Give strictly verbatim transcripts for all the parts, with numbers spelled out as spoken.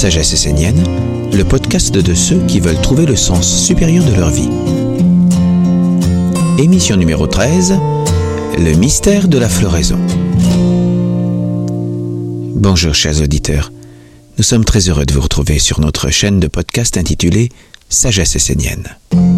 Sagesse essénienne, le podcast de ceux qui veulent trouver le sens supérieur de leur vie. Émission numéro treize, le mystère de la floraison. Bonjour chers auditeurs, nous sommes très heureux de vous retrouver sur notre chaîne de podcast intitulée Sagesse essénienne.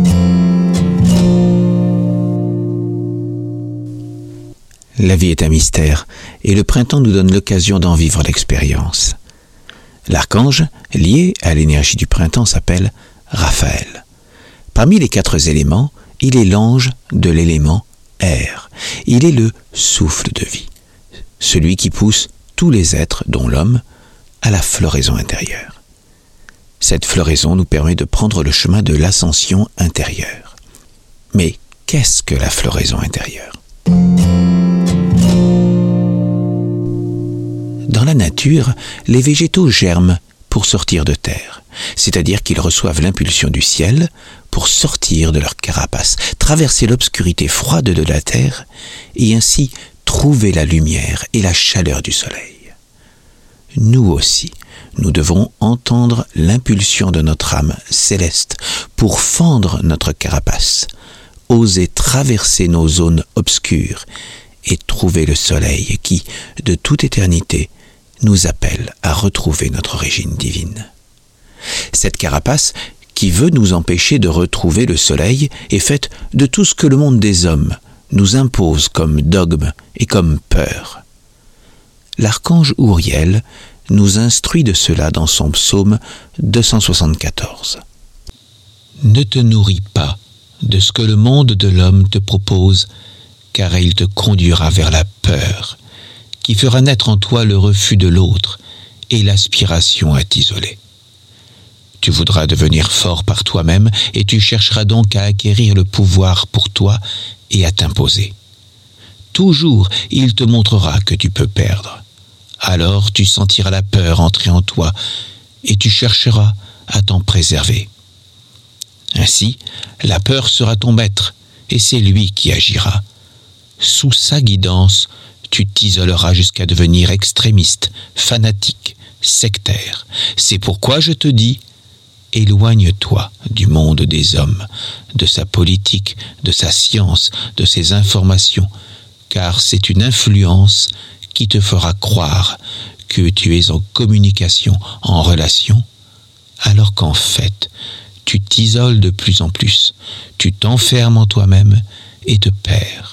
La vie est un mystère et le printemps nous donne l'occasion d'en vivre l'expérience. L'archange, lié à l'énergie du printemps, s'appelle Raphaël. Parmi les quatre éléments, il est l'ange de l'élément air. Il est le souffle de vie, celui qui pousse tous les êtres, dont l'homme, à la floraison intérieure. Cette floraison nous permet de prendre le chemin de l'ascension intérieure. Mais qu'est-ce que la floraison intérieure ? Dans la nature, les végétaux germent pour sortir de terre, c'est-à-dire qu'ils reçoivent l'impulsion du ciel pour sortir de leur carapace, traverser l'obscurité froide de la terre et ainsi trouver la lumière et la chaleur du soleil. Nous aussi, nous devons entendre l'impulsion de notre âme céleste pour fendre notre carapace, oser traverser nos zones obscures et trouver le soleil qui, de toute éternité, nous appelle à retrouver notre origine divine. Cette carapace, qui veut nous empêcher de retrouver le soleil, est faite de tout ce que le monde des hommes nous impose comme dogme et comme peur. L'archange Uriel nous instruit de cela dans son psaume deux cent soixante-quatorze. « Ne te nourris pas de ce que le monde de l'homme te propose, car il te conduira vers la peur, qui fera naître en toi le refus de l'autre et l'aspiration à t'isoler. Tu voudras devenir fort par toi-même et tu chercheras donc à acquérir le pouvoir pour toi et à t'imposer. Toujours, il te montrera que tu peux perdre. Alors tu sentiras la peur entrer en toi et tu chercheras à t'en préserver. Ainsi, la peur sera ton maître et c'est lui qui agira. Sous sa guidance, tu t'isoleras jusqu'à devenir extrémiste, fanatique, sectaire. C'est pourquoi je te dis, éloigne-toi du monde des hommes, de sa politique, de sa science, de ses informations, car c'est une influence qui te fera croire que tu es en communication, en relation, alors qu'en fait, tu t'isoles de plus en plus, tu t'enfermes en toi-même et te perds.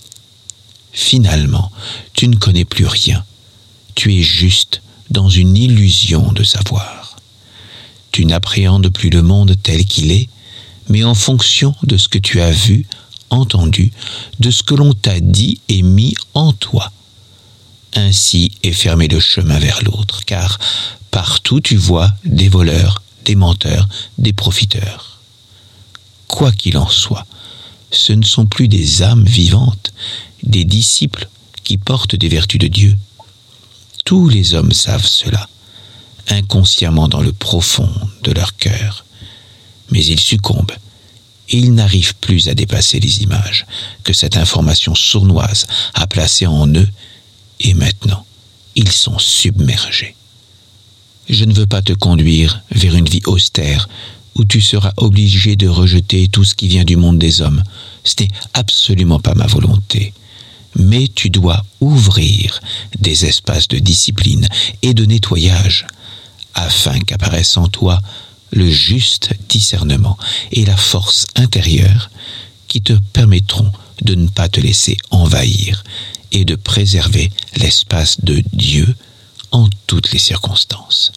Finalement, tu ne connais plus rien. Tu es juste dans une illusion de savoir. Tu n'appréhendes plus le monde tel qu'il est, mais en fonction de ce que tu as vu, entendu, de ce que l'on t'a dit et mis en toi. Ainsi est fermé le chemin vers l'autre, car partout tu vois des voleurs, des menteurs, des profiteurs. Quoi qu'il en soit, ce ne sont plus des âmes vivantes, des disciples qui portent des vertus de Dieu. Tous les hommes savent cela, inconsciemment dans le profond de leur cœur. Mais ils succombent, et ils n'arrivent plus à dépasser les images que cette information sournoise a placées en eux, et maintenant, ils sont submergés. Je ne veux pas te conduire vers une vie austère, où tu seras obligé de rejeter tout ce qui vient du monde des hommes. Ce n'est absolument pas ma volonté. Mais tu dois ouvrir des espaces de discipline et de nettoyage, afin qu'apparaisse en toi le juste discernement et la force intérieure qui te permettront de ne pas te laisser envahir et de préserver l'espace de Dieu en toutes les circonstances.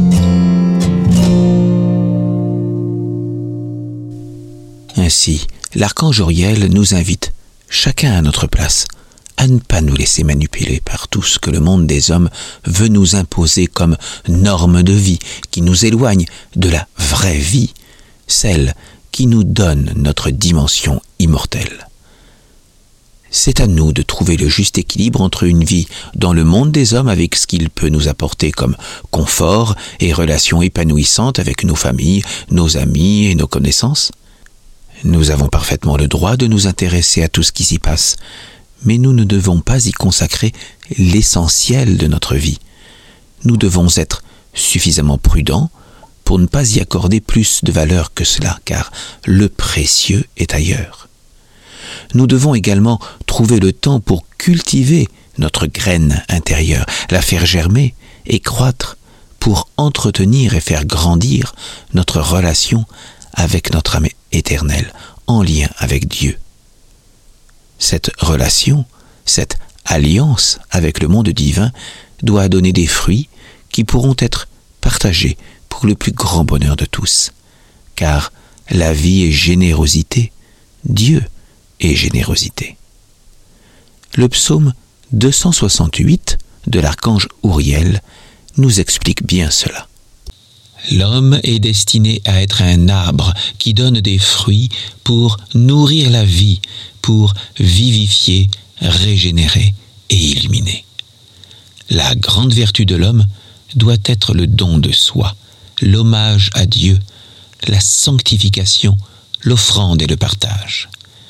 Ainsi, l'archange Uriel nous invite, chacun à notre place, à ne pas nous laisser manipuler par tout ce que le monde des hommes veut nous imposer comme norme de vie qui nous éloigne de la vraie vie, celle qui nous donne notre dimension immortelle. C'est à nous de trouver le juste équilibre entre une vie dans le monde des hommes avec ce qu'il peut nous apporter comme confort et relations épanouissantes avec nos familles, nos amis et nos connaissances. Nous avons parfaitement le droit de nous intéresser à tout ce qui s'y passe, mais nous ne devons pas y consacrer l'essentiel de notre vie. Nous devons être suffisamment prudent pour ne pas y accorder plus de valeur que cela, car le précieux est ailleurs. Nous devons également trouver le temps pour cultiver notre graine intérieure, la faire germer et croître pour entretenir et faire grandir notre relation avec notre âme éternelle, en lien avec Dieu. Cette relation, cette alliance avec le monde divin doit donner des fruits qui pourront être partagés pour le plus grand bonheur de tous. Car la vie est générosité, Dieu est générosité. Le psaume deux cent soixante-huit de l'archange Uriel nous explique bien cela. L'homme est destiné à être un arbre qui donne des fruits pour nourrir la vie, pour vivifier, régénérer et illuminer. La grande vertu de l'homme doit être le don de soi, l'hommage à Dieu, la sanctification, l'offrande et le partage.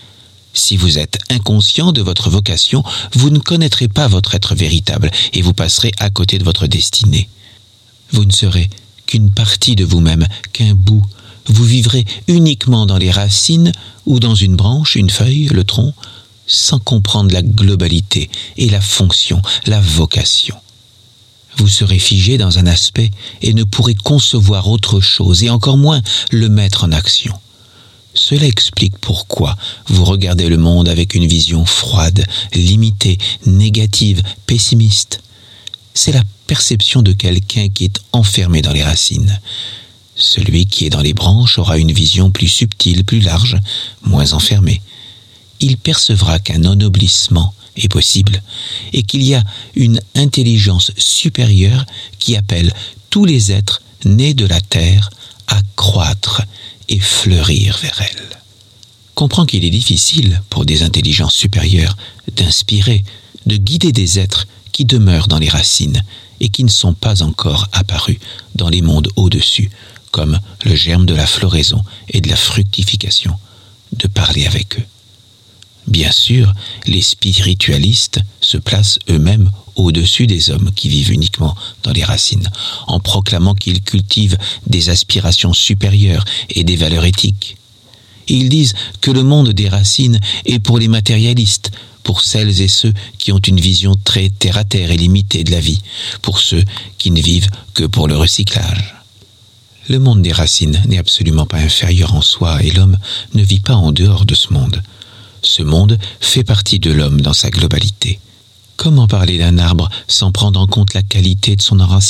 Si vous êtes inconscient de votre vocation, vous ne connaîtrez pas votre être véritable et vous passerez à côté de votre destinée. Vous ne serez qu'une partie de vous-même, qu'un bout. Vous vivrez uniquement dans les racines ou dans une branche, une feuille, le tronc, sans comprendre la globalité et la fonction, la vocation. Vous serez figé dans un aspect et ne pourrez concevoir autre chose et encore moins le mettre en action. Cela explique pourquoi vous regardez le monde avec une vision froide, limitée, négative, pessimiste. C'est la perception de quelqu'un qui est enfermé dans les racines. Celui qui est dans les branches aura une vision plus subtile, plus large, moins enfermée. Il percevra qu'un ennoblissement est possible et qu'il y a une intelligence supérieure qui appelle tous les êtres nés de la terre à croître et fleurir vers elle. Comprends qu'il est difficile pour des intelligences supérieures d'inspirer, de guider des êtres qui demeurent dans les racines et qui ne sont pas encore apparus dans les mondes au-dessus, comme le germe de la floraison et de la fructification, de parler avec eux. Bien sûr, les spiritualistes se placent eux-mêmes au-dessus des hommes qui vivent uniquement dans les racines, en proclamant qu'ils cultivent des aspirations supérieures et des valeurs éthiques. Ils disent que le monde des racines est pour les matérialistes, pour celles et ceux qui ont une vision très terre-à-terre et limitée de la vie, pour ceux qui ne vivent que pour le recyclage. Le monde des racines n'est absolument pas inférieur en soi et l'homme ne vit pas en dehors de ce monde. Ce monde fait partie de l'homme dans sa globalité. Comment parler d'un arbre sans prendre en compte la qualité de son enracinement ?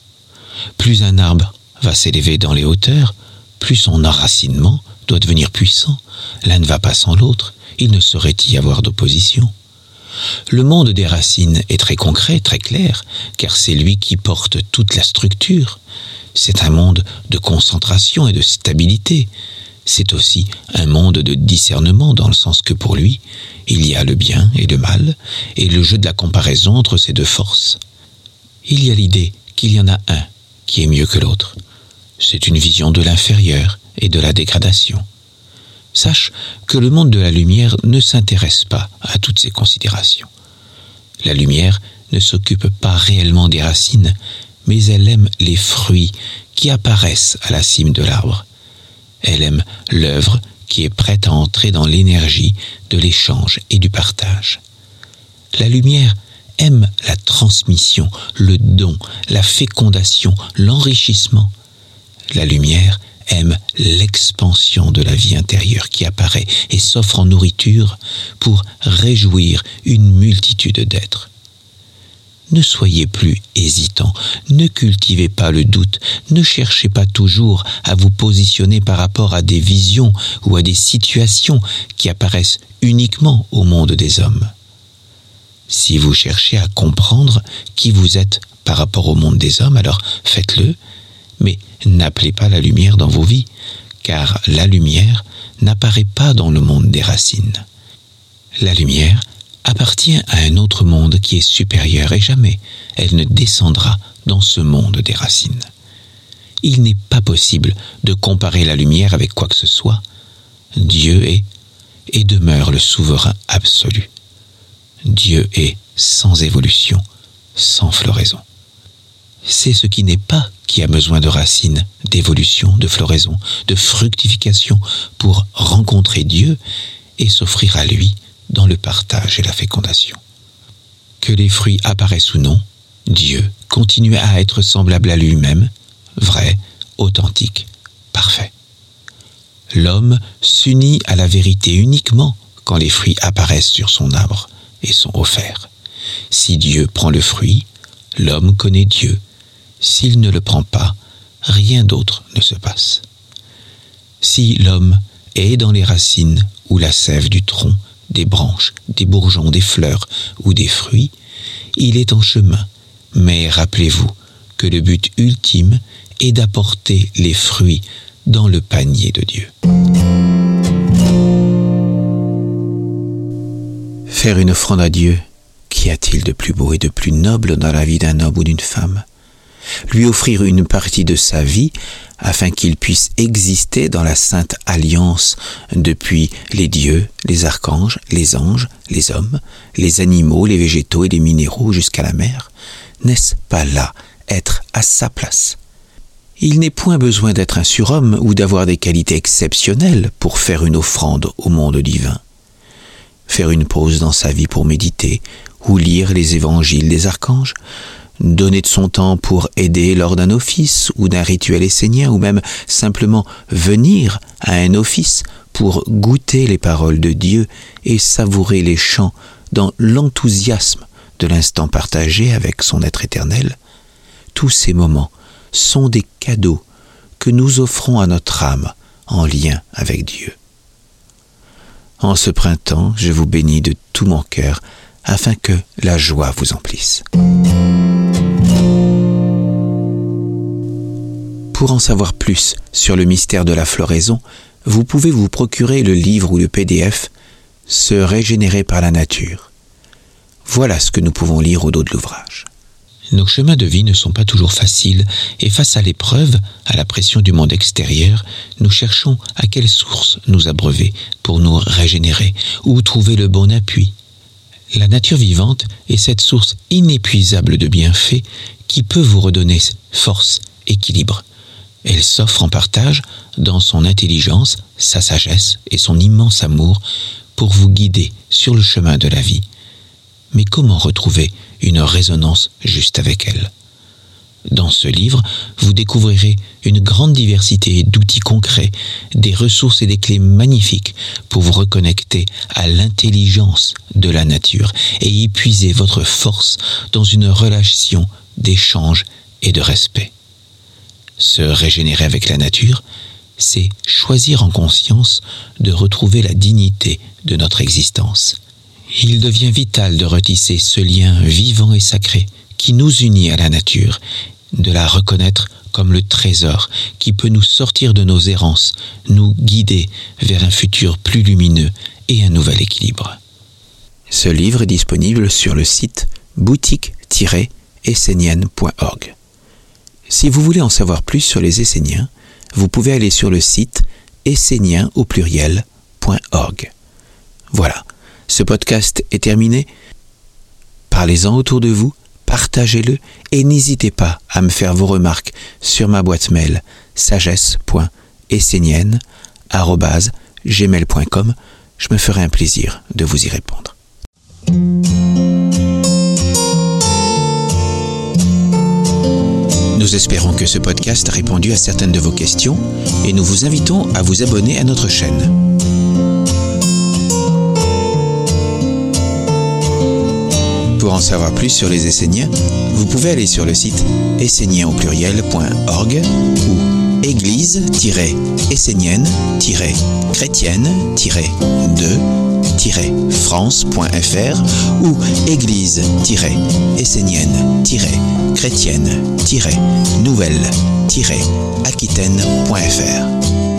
Plus un arbre va s'élever dans les hauteurs, plus son enracinement doit devenir puissant. L'un ne va pas sans l'autre, il ne saurait y avoir d'opposition. Le monde des racines est très concret, très clair, car c'est lui qui porte toute la structure. C'est un monde de concentration et de stabilité. C'est aussi un monde de discernement dans le sens que pour lui, il y a le bien et le mal et le jeu de la comparaison entre ces deux forces. Il y a l'idée qu'il y en a un qui est mieux que l'autre. C'est une vision de l'inférieur et de la dégradation. Sache que le monde de la lumière ne s'intéresse pas à toutes ces considérations. La lumière ne s'occupe pas réellement des racines, mais elle aime les fruits qui apparaissent à la cime de l'arbre. Elle aime l'œuvre qui est prête à entrer dans l'énergie de l'échange et du partage. La lumière aime la transmission, le don, la fécondation, l'enrichissement. La lumière aime l'expansion de la vie intérieure qui apparaît et s'offre en nourriture pour réjouir une multitude d'êtres. Ne soyez plus hésitants, ne cultivez pas le doute, ne cherchez pas toujours à vous positionner par rapport à des visions ou à des situations qui apparaissent uniquement au monde des hommes. Si vous cherchez à comprendre qui vous êtes par rapport au monde des hommes, alors faites-le, mais n'appelez pas la lumière dans vos vies, car la lumière n'apparaît pas dans le monde des racines. La lumière appartient à un autre monde qui est supérieur et jamais elle ne descendra dans ce monde des racines. Il n'est pas possible de comparer la lumière avec quoi que ce soit. Dieu est et demeure le souverain absolu. Dieu est sans évolution, sans floraison. C'est ce qui n'est pas qui a besoin de racines, d'évolution, de floraison, de fructification pour rencontrer Dieu et s'offrir à lui dans le partage et la fécondation. Que les fruits apparaissent ou non, Dieu continue à être semblable à lui-même, vrai, authentique, parfait. L'homme s'unit à la vérité uniquement quand les fruits apparaissent sur son arbre et sont offerts. Si Dieu prend le fruit, l'homme connaît Dieu. S'il ne le prend pas, rien d'autre ne se passe. Si l'homme est dans les racines ou la sève du tronc, des branches, des bourgeons, des fleurs ou des fruits, il est en chemin. Mais rappelez-vous que le but ultime est d'apporter les fruits dans le panier de Dieu. Faire une offrande à Dieu, qu'y a-t-il de plus beau et de plus noble dans la vie d'un homme ou d'une femme ? Lui offrir une partie de sa vie afin qu'il puisse exister dans la sainte alliance depuis les dieux, les archanges, les anges, les hommes, les animaux, les végétaux et les minéraux jusqu'à la mer. N'est-ce pas là être à sa place ? Il n'est point besoin d'être un surhomme ou d'avoir des qualités exceptionnelles pour faire une offrande au monde divin. Faire une pause dans sa vie pour méditer ou lire les évangiles des archanges, donner de son temps pour aider lors d'un office ou d'un rituel essénien, ou même simplement venir à un office pour goûter les paroles de Dieu et savourer les chants dans l'enthousiasme de l'instant partagé avec son être éternel, tous ces moments sont des cadeaux que nous offrons à notre âme en lien avec Dieu. En ce printemps, je vous bénis de tout mon cœur afin que la joie vous emplisse. Pour en savoir plus sur le mystère de la floraison, vous pouvez vous procurer le livre ou le P D F « Se régénérer par la nature ». Voilà ce que nous pouvons lire au dos de l'ouvrage. Nos chemins de vie ne sont pas toujours faciles et face à l'épreuve, à la pression du monde extérieur, nous cherchons à quelle source nous abreuver pour nous régénérer ou trouver le bon appui. La nature vivante est cette source inépuisable de bienfaits qui peut vous redonner force, équilibre. Elle s'offre en partage dans son intelligence, sa sagesse et son immense amour pour vous guider sur le chemin de la vie. Mais comment retrouver une résonance juste avec elle ? Dans ce livre, vous découvrirez une grande diversité d'outils concrets, des ressources et des clés magnifiques pour vous reconnecter à l'intelligence de la nature et y puiser votre force dans une relation d'échange et de respect. Se régénérer avec la nature, c'est choisir en conscience de retrouver la dignité de notre existence. Il devient vital de retisser ce lien vivant et sacré qui nous unit à la nature, de la reconnaître comme le trésor qui peut nous sortir de nos errances, nous guider vers un futur plus lumineux et un nouvel équilibre. Ce livre est disponible sur le site boutique tiret essénienne point org. Si vous voulez en savoir plus sur les Esséniens, vous pouvez aller sur le site essénien au pluriel point org. Voilà, ce podcast est terminé. Parlez-en autour de vous, partagez-le et n'hésitez pas à me faire vos remarques sur ma boîte mail sagesse point essénienne arobase gmail point com. Je me ferai un plaisir de vous y répondre. Nous espérons que ce podcast a répondu à certaines de vos questions et nous vous invitons à vous abonner à notre chaîne. Pour en savoir plus sur les Esséniens, vous pouvez aller sur le site essénien au pluriel point org ou église tiret essénienne tiret chrétienne tiret deux tiret france point f r ou église tiret essénienne tiret chrétienne tiret nouvelle tiret aquitaine point f r.